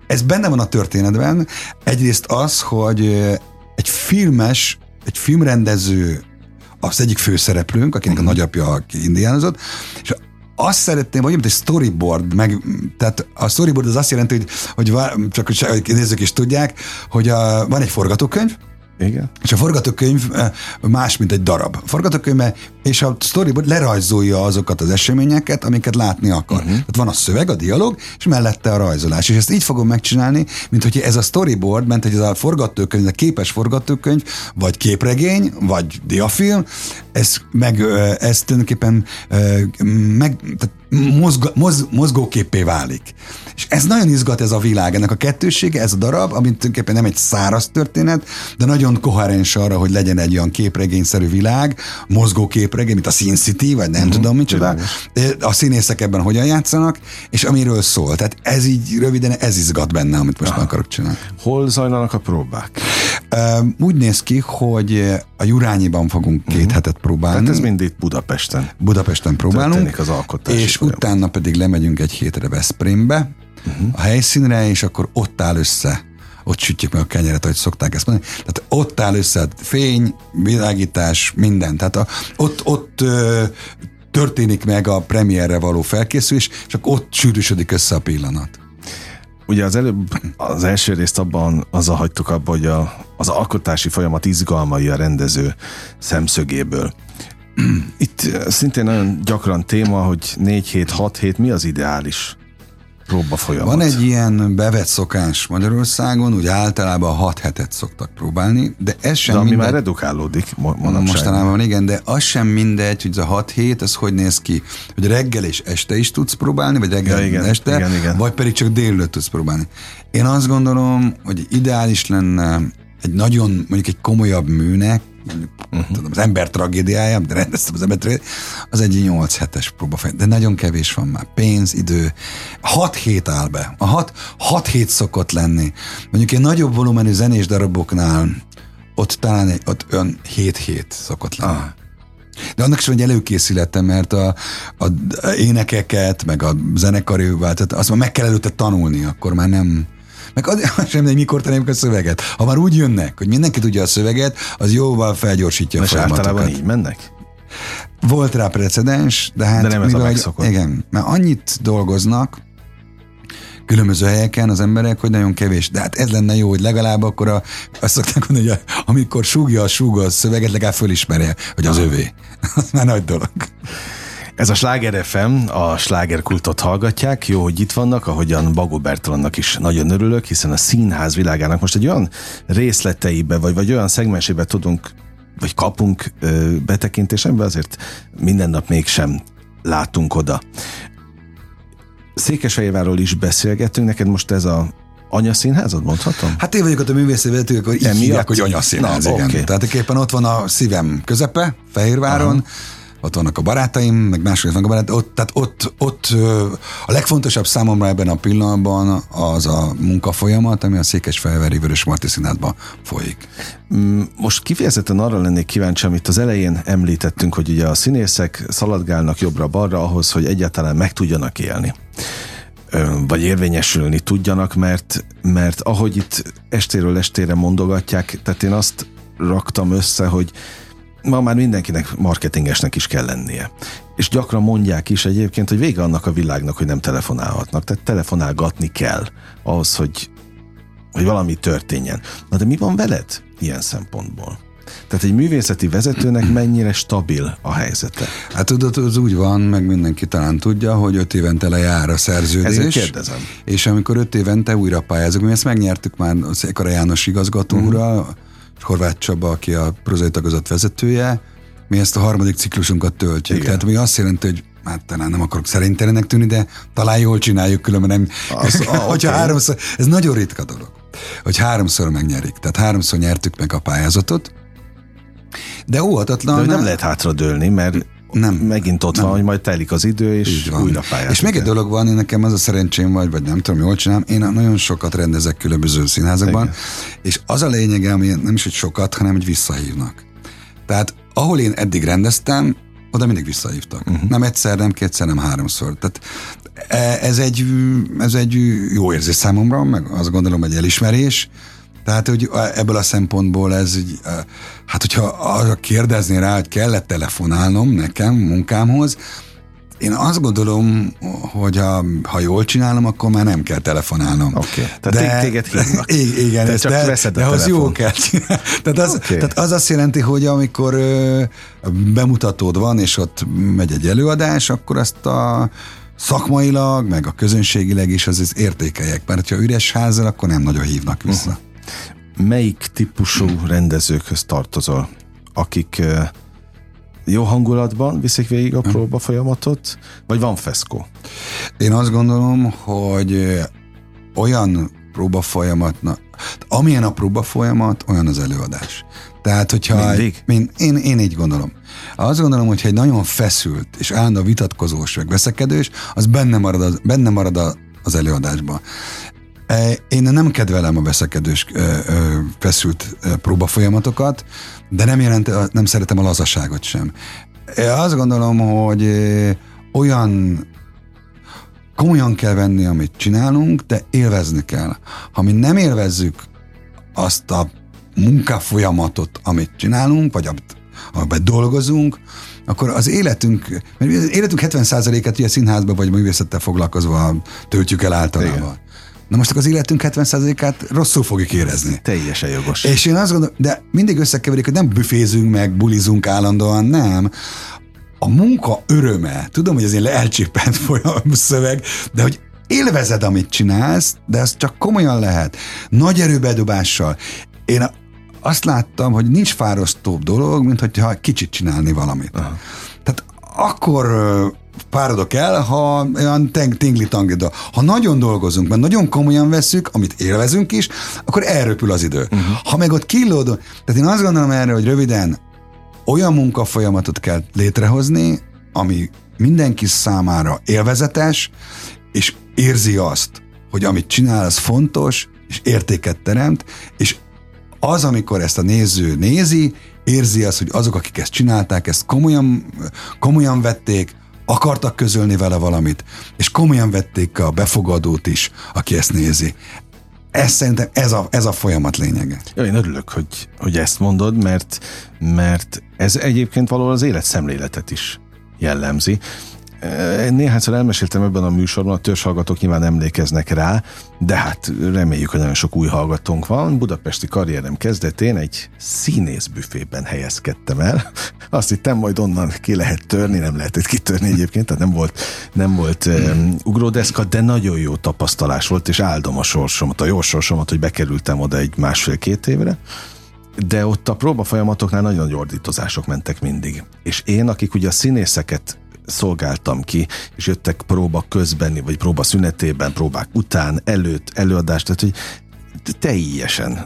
ez benne van a történetben. Egyrészt az, hogy egy filmrendező az egyik főszereplőnk, akinek a nagyapja indiánozott, és azt szeretném, hogy egy storyboard, tehát a storyboard az azt jelenti, hogy csak hogy nézzük is tudják, hogy van egy forgatókönyv, igen. És a forgatókönyv más, mint egy darab. A forgatókönyv és a storyboard lerajzolja azokat az eseményeket, amiket látni akar. Tehát van a szöveg, a dialóg, és mellette a rajzolás. És ezt így fogom megcsinálni, mint hogy ez a storyboard, mint hogy ez a forgatókönyv, a képes forgatókönyv, vagy képregény, vagy diafilm, ez tulajdonképpen mozgóképpé válik. És ez nagyon izgat, ez a világ, ennek a kettősége, ez a darab, amit tulajdonképpen nem egy száraz történet, de nagyon koherens arra, hogy legyen egy olyan képregényszerű világ, mozgóképregény, mint a Sin City, vagy nem tudom micsoda. A színészek ebben hogyan játszanak, és amiről szól. Tehát ez így röviden, ez izgat benne, amit most meg akarok csinálni. Hol zajlanak a próbák? Úgy néz ki, hogy a Jurányiban fogunk 2 hetet próbálni. Tehát ez mind itt Budapesten. Budapesten próbálunk. Az alkotási és folyamat. Utána pedig lemegyünk egy hétre Veszprémbe, a helyszínre, és akkor ott áll össze, ott sütjük meg a kenyeret, ahogy szokták ezt mondani. Tehát ott áll össze fény, világítás, minden. Tehát ott történik meg a premierre való felkészülés, és akkor ott sűrűsödik össze a pillanat. Ugye az előbb az első részt azzal hagytuk abba, hogy az alkotási folyamat izgalmai a rendező szemszögéből. Itt szintén nagyon gyakran téma, hogy 4 hét, 6 hét, mi az ideális próba folyamat? Van egy ilyen bevett szokás Magyarországon, úgy általában 6 hetet szoktak próbálni, de ez sem ami mindegy. már redukálódik manapság. Mostanában igen, de az sem mindegy, hogy ez a 6 hét, az hogy néz ki, hogy reggel és este is tudsz próbálni, vagy reggel este, igen. Vagy pedig csak délelőtt tudsz próbálni. Én azt gondolom, hogy ideális lenne egy nagyon, mondjuk egy komolyabb műnek, tudom, az ember tragédiája, de rendeztem az ember tragédiája, az egy 8 hetes próbafejt, de nagyon kevés van már. Pénz, idő. 6 hét áll be. A 6 hét szokott lenni. Mondjuk egy nagyobb volumenű zenés daraboknál ott talán ott olyan 7 hét szokott lenni. De annak is van egy előkészülete, mert a énekeket, meg a zenekari váltat, azt már meg kell előtte tanulni, akkor már nem. Meg az sem, hogy mikor tanuljuk a szöveget. Ha már úgy jönnek, hogy mindenki tudja a szöveget, az jóval felgyorsítja a folyamatokat. És általában így mennek? Volt rá precedens, de hát... De nem ez a megszokott. Igen, mert annyit dolgoznak különböző helyeken az emberek, hogy nagyon kevés. De hát ez lenne jó, hogy legalább akkor azt szokták mondani, hogy amikor súgja a szöveget, legalább fölismerje, hogy az övé. Az már nagy dolog. Ez a Sláger FM, a slágerkultot hallgatják. Jó, hogy itt vannak, ahogyan Bagó Bertalannak is nagyon örülök, hiszen a színház világának most egy olyan részleteibe, vagy olyan szegmensébe tudunk, vagy kapunk betekintést, amiben azért minden nap mégsem látunk oda. Székesfehérvárról is beszélgettünk, neked most ez a anyaszínházad, mondhatom? Hát én vagyok ott a művészi akkor így hívják, hogy anyaszínház, igen. Okay. Tehát éppen ott van a szívem közepe, Fehérváron, ott vannak a barátaim, meg máshol vannak a barátaim, ott a legfontosabb számomra ebben a pillanatban az a munkafolyamat, ami a Székesfehérvári Vörösmarty Színházban folyik. Most kifejezetten arra lennék kíváncsi, amit az elején említettünk, hogy ugye a színészek szaladgálnak jobbra-balra ahhoz, hogy egyáltalán meg tudjanak élni. Vagy érvényesülni tudjanak, mert ahogy itt estéről estére mondogatják, tehát én azt raktam össze, hogy ma már mindenkinek marketingesnek is kell lennie. És gyakran mondják is egyébként, hogy vége annak a világnak, hogy nem telefonálhatnak. Tehát telefonálgatni kell ahhoz, hogy valami történjen. Na de mi van veled ilyen szempontból? Tehát egy művészeti vezetőnek mennyire stabil a helyzete? Hát tudod, az úgy van, meg mindenki talán tudja, hogy 5 évente lejár a szerződés. Ezért kérdezem. És amikor 5 évente újra pályázunk, mi ezt megnyertük már Székara János igazgatóra, Horváth Csaba, aki a prozai tagozat vezetője, mi ezt a 3. ciklusunkat töltjük. Igen. Tehát mi azt jelenti, hogy hát talán nem akarok szerénytelenek tűnni, de talán jól csináljuk, különben nem. Hogyha 3-szor, ez nagyon ritka dolog, hogy 3-szor megnyerik. Tehát 3-szor nyertük meg a pályázatot, de óhatatlan. De nem lehet hátradőlni, mert nem, megint ott van, hogy majd telik az idő, és újra pályázatot. És még egy dolog van, én nekem az a szerencsém vagy nem tudom, jól csinálom, én nagyon sokat rendezek különböző színházakban, és az a lényege, ami nem is, hogy sokat, hanem, hogy visszahívnak. Tehát ahol én eddig rendeztem, oda mindig visszahívtak. Nem egyszer, nem kétszer, nem 3-szor. Tehát ez egy jó érzés számomra, meg azt gondolom, egy elismerés. Tehát, hogy ebből a szempontból ez, hát hogyha arra kérdezni rá, hogy kellett telefonálnom nekem munkámhoz, én azt gondolom, hogy ha jól csinálom, akkor már nem kell telefonálnom. Oké. Tehát téged hívnak. Igen, te csak veszed a de az telefon. jó kell csinálni. Tehát az azt jelenti, hogy amikor bemutatód van, és ott megy egy előadás, akkor azt a szakmailag, meg a közönségileg is az értékeljek. Mert ha üres házzal, akkor nem nagyon hívnak vissza. Melyik típusú rendezőkhöz tartozol, akik jó hangulatban viszik végig a próba folyamatot, vagy van feszkó? Én azt gondolom, hogy olyan próbafolyamatnak, amilyen a próbafolyamat, olyan az előadás. Tehát, hogyha... Mindig? Én így gondolom. Azt gondolom, hogyha egy nagyon feszült és állandó vitatkozós, meg veszekedős, az benne marad az előadásban. Én nem kedvelem a veszekedős, feszült próbafolyamatokat, de nem szeretem a lazaságot sem. Azt gondolom, hogy olyan komolyan kell venni, amit csinálunk, de élvezni kell. Ha mi nem élvezzük azt a munkafolyamatot, amit csinálunk, vagy amiben dolgozunk, akkor az életünk 70%-et ugye színházban vagy művészettel foglalkozva töltjük el általában. Igen. Na most az életünk 70%-át rosszul fogjuk érezni. Teljesen jogos. És én azt gondolom, de mindig összekeverik, hogy nem büfézünk meg, bulizunk állandóan, nem. A munka öröme, tudom, hogy ez egy elcsépelt szöveg, de hogy élvezed, amit csinálsz, de ez csak komolyan lehet. Nagy erőbedobással. Én azt láttam, hogy nincs fárasztóbb dolog, mint hogyha kicsit csinálni valamit. Aha. Tehát akkor fáradok el, ha olyan tingli-tangli. Ha nagyon dolgozunk, mert nagyon komolyan vesszük, amit élvezünk is, akkor elröpül az idő. Ha meg ott killódunk, tehát én azt gondolom erre, hogy röviden olyan munkafolyamatot kell létrehozni, ami mindenki számára élvezetes, és érzi azt, hogy amit csinál, az fontos, és értéket teremt, és az, amikor ezt a néző nézi, érzi azt, hogy azok, akik ezt csinálták, ezt komolyan vették, akartak közölni vele valamit, és komolyan vették a befogadót is, aki ezt nézi. Ez szerintem ez a folyamat lényege. Ja, én örülök, hogy ezt mondod, mert ez egyébként valahol az életszemléletet is jellemzi. Néhányszor elmeséltem ebben a műsorban, a törzshallgatók nyilván emlékeznek rá, de hát reméljük, hogy nagyon sok új hallgatónk van. Budapesti karrierem kezdetén egy színészbüfében helyezkedtem el. Azt hittem, majd onnan ki lehet törni, nem lehetett kitörni egyébként, tehát nem volt ugródeszka, de nagyon jó tapasztalás volt, és áldom a sorsomat, a jó sorsomat, hogy bekerültem oda egy 1,5-2 évre. De ott a próbafolyamatoknál nagyon nagy ordítozások mentek mindig. És én, akik ugye a színészeket szolgáltam ki, és jöttek próba közben, vagy próba szünetében, próbák után, előtt, előadást, tehát hogy teljesen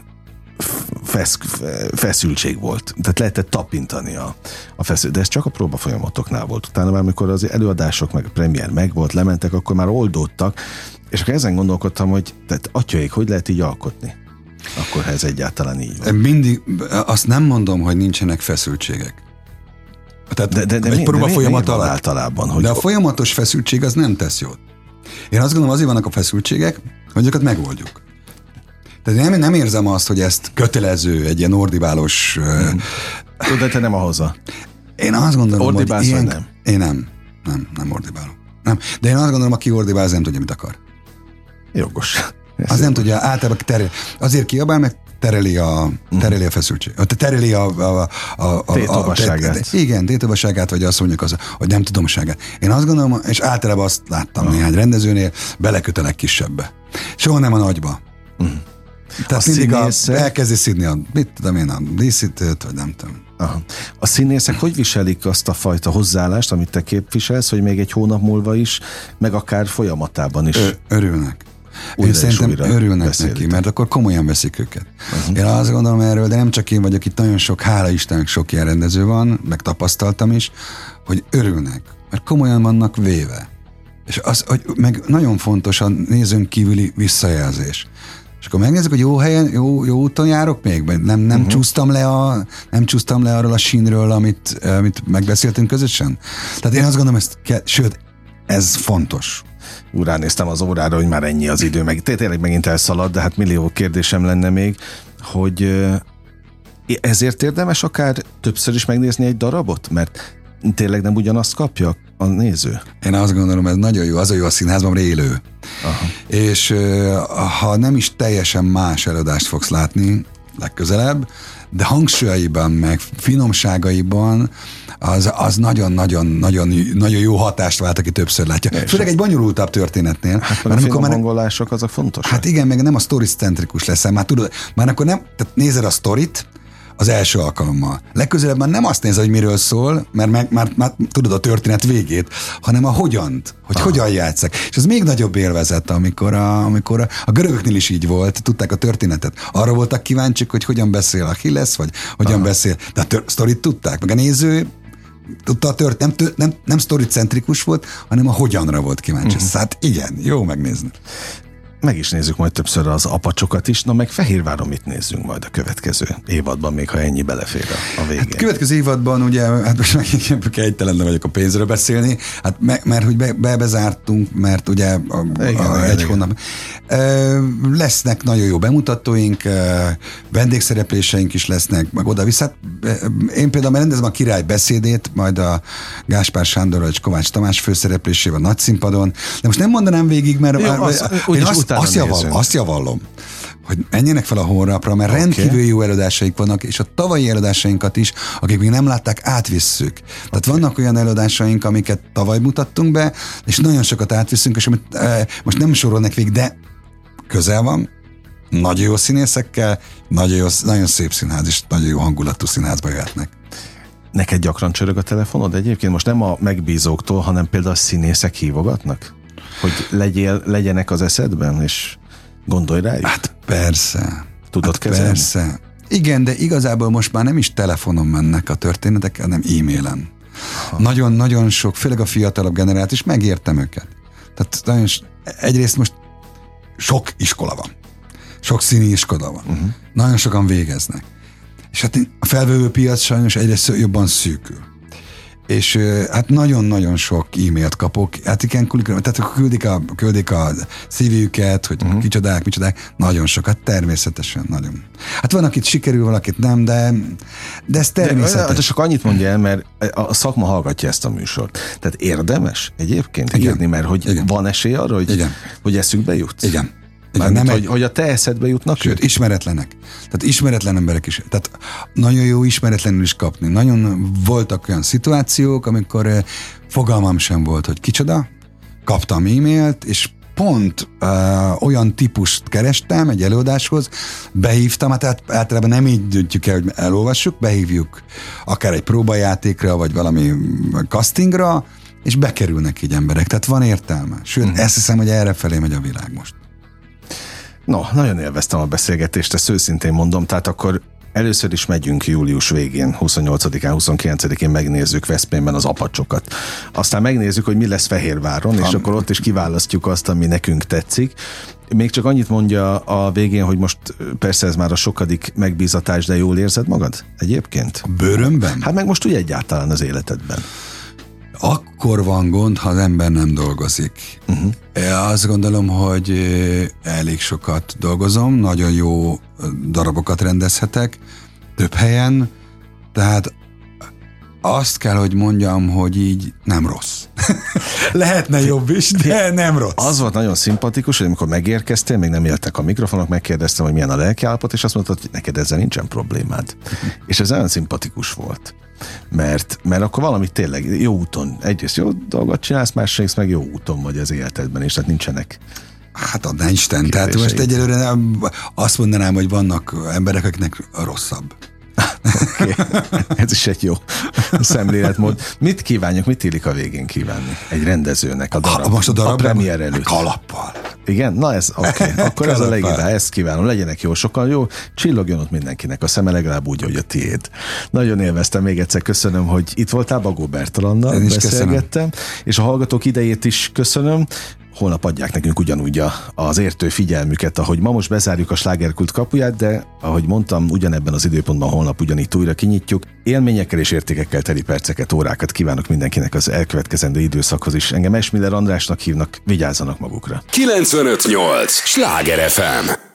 feszültség volt. Tehát lehetett tapintani a feszült, de ez csak a próba folyamatoknál volt. Utána már, amikor az előadások, meg a premier meg volt, lementek, akkor már oldódtak, és akkor ezen gondolkodtam, hogy tehát atyaik, hogy lehet így alkotni? Akkor ez egyáltalán így van. Mindig, azt nem mondom, hogy nincsenek feszültségek. Tehát de egy próba folyamat alatt. Általában, hogy de a folyamatos feszültség az nem tesz jót. Én azt gondolom, azért vannak a feszültségek, hogy azokat megoldjuk. Tehát én nem érzem azt, hogy ezt kötelező, egy ilyen ordibálós... De te nem a haza. Én azt gondolom, ordibálsz, hogy nem? Én nem ordibálok. Nem. De én azt gondolom, aki ordibál, az nem tudja, mit akar. Jogos. Az nem tudja, általában tereli. Azért kiabál, meg tereli a feszültség. Tereli a tétovasságát. Igen, tétovasságát, vagy azt mondjuk, hogy nem tudomságát. Én azt gondolom, és általában azt láttam néhány rendezőnél, belekötelek kisebbe. Soha nem a nagyba. Tehát mindig elkezdi szidni mit tudom én, a díszítőt, vagy nem tudom. Aha. A színészek hogy viselik azt a fajta hozzáállást, amit te képviselsz, hogy még egy hónap múlva is, meg akár folyamatában is? Örülnek. Én szerintem örülnek neki, mert akkor komolyan veszik őket. Én azt gondolom erről, de nem csak én vagyok, itt nagyon sok, hála Istennek sok ilyen rendező van, meg tapasztaltam is, hogy örülnek, mert komolyan vannak véve. És az, hogy meg nagyon fontos a nézőn kívüli visszajelzés. És akkor megnézzük, hogy jó helyen, jó úton járok még? Nem csúsztam le arról a sínről, amit megbeszéltünk közösen? Tehát én azt gondolom, sőt, ez fontos. ránéztem az órára, hogy már ennyi az idő, meg tényleg megint elszalad, de hát millió kérdésem lenne még, hogy ezért érdemes akár többször is megnézni egy darabot? Mert tényleg nem ugyanazt kapja a néző? Én azt gondolom, ez nagyon jó, az a jó a színházban, mert élő. Aha. És ha nem is teljesen más előadást fogsz látni legközelebb, de hangsúlyaiban, meg finomságaiban az nagyon jó hatást vált, aki többször látja. Főleg egy bonyolultabb történetnél. Hát a finom hangolások azok fontosak. Hát igen, meg nem a sztoricentrikus leszel. Már tudod, már akkor nem, tehát nézed a sztorit az első alkalommal. Legközelebb már nem azt nézed, hogy miről szól, mert már tudod a történet végét, hanem a hogyant, hogy hogyan játszak. És ez még nagyobb élvezet, amikor a görögöknél is így volt, tudták a történetet. Arra voltak kíváncsiak, hogy hogyan beszél Achilles, vagy hogyan beszél, de a sztorit tudták, meg a néző tudta a nem sztoricentrikus volt, hanem a hogyanra volt kíváncsi. Hát igen, jó megnézni. Meg is nézzük majd többször az Apacsokat is, na meg Fehérváron mit nézzünk majd a következő évadban, még ha ennyi belefér a végén. Hát következő évadban ugye, hát most meg kegytelen vagyok a pénzről beszélni, hát mert hogy bezártunk, mert ugye egy hónap. Lesznek nagyon jó bemutatóink, vendégszerepléseink is lesznek, meg oda-vissza. Én például rendezem a Király beszédét, majd a Gáspár Sándorral és Kovács Tamás főszereplésével nagy színpadon, de most nem mondanám végig, mert azt javallom, hogy menjenek fel a honlapra, mert rendkívül jó előadásaik vannak, és a tavalyi előadásainkat is, akik még nem látták, átvisszük. Tehát vannak olyan előadásaink, amiket tavaly mutattunk be, és nagyon sokat átviszünk, és amit most nem sorolnak végig, de közel van, nagyon jó színészekkel, nagyon szép színház, és nagyon jó hangulatú színházba jöhetnek. Neked gyakran csörög a telefonod egyébként? Most nem a megbízóktól, hanem például a színészek hívogatnak? Hogy legyenek az eszedben, és gondolj rájuk? Hát persze. Tudod kezelni? Persze. Igen, de igazából most már nem is telefonon mennek a történetek, hanem e-mailen. Nagyon-nagyon sok, főleg a fiatalabb generált, és megértem őket. Tehát egyrészt most sok iskola van. Sok színi iskola van. Nagyon sokan végeznek. És hát a felvevő piac sajnos egyre jobban szűkül. És hát nagyon-nagyon sok e-mailt kapok, hát igen, tehát küldik a CV-üket, hogy kicsodák, nagyon sokat, természetesen, nagyon. Hát van, akit sikerül, valakit nem, de ez természetes. De csak annyit mondja el, mert a szakma hallgatja ezt a műsort. Tehát érdemes egyébként írni, mert hogy van esély arra, hogy eszükbe jutsz? Igen. Hogy a te eszedbe jutnak? Sőt, ismeretlenek. Tehát ismeretlen emberek is. Tehát nagyon jó ismeretlenül is kapni. Nagyon voltak olyan szituációk, amikor fogalmam sem volt, hogy kicsoda. Kaptam e-mailt, és pont olyan típust kerestem egy előadáshoz, behívtam, hát általában nem így döntjük el, hogy elolvassuk, behívjuk akár egy próbajátékra, vagy valami castingra, és bekerülnek így emberek. Tehát van értelme. Sőt, ezt hiszem, hogy errefelé megy a világ most. No, nagyon élveztem a beszélgetést, ezt őszintén mondom, tehát akkor először is megyünk július végén, 28-án, 29-én megnézzük Veszprémben az Apacsokat. Aztán megnézzük, hogy mi lesz Fehérváron, és akkor ott is kiválasztjuk azt, ami nekünk tetszik. Még csak annyit mondja a végén, hogy most persze ez már a sokadik megbízatás, de jól érzed magad egyébként? A bőrömben? Hát meg most úgy egyáltalán az életedben. Akkor van gond, ha az ember nem dolgozik. Azt gondolom, hogy elég sokat dolgozom, nagyon jó darabokat rendezhetek, több helyen, tehát azt kell, hogy mondjam, hogy így nem rossz. Lehetne jobb is, de nem rossz. Az volt nagyon szimpatikus, hogy amikor megérkeztél, még nem éltek a mikrofonok, megkérdeztem, hogy milyen a lelkiállapot, és azt mondtad, hogy neked ezzel nincsen problémád. És ez nagyon szimpatikus volt. Mert akkor valami tényleg jó úton, egyrészt jó dolgot csinálsz, másrészt meg jó úton vagy az életedben, és tehát nincsenek. Hát adná Isten, tehát most egyelőre azt mondanám, hogy vannak emberek, akiknek rosszabb. Okay. Ez is egy jó szemléletmód. Mit kívánjuk, mit illik a végén kívánni? Egy rendezőnek a darab. Most a darab premier előtt. Kalappal. Igen? Na ez oké. Akkor ez a legjobb. Ezt kívánom. Legyenek jó, sokan jó. Csillogjon ott mindenkinek a szeme legalább úgy, hogy a tiéd. Nagyon élveztem. Még egyszer köszönöm, hogy itt voltál, Bagó Bertalannal beszélgettem. És a hallgatók idejét is köszönöm. holnap adják nekünk ugyanúgy az értő figyelmüket, ahogy ma most bezárjuk a Slágerkult kapuját, de ahogy mondtam, ugyanebben az időpontban holnap ugyanitt újra kinyitjuk. Élményekkel és értékekkel teli perceket, órákat kívánok mindenkinek az elkövetkezendő időszakhoz is. Engem Esmiller Andrásnak hívnak, vigyázzanak magukra. 95.8 Sláger FM.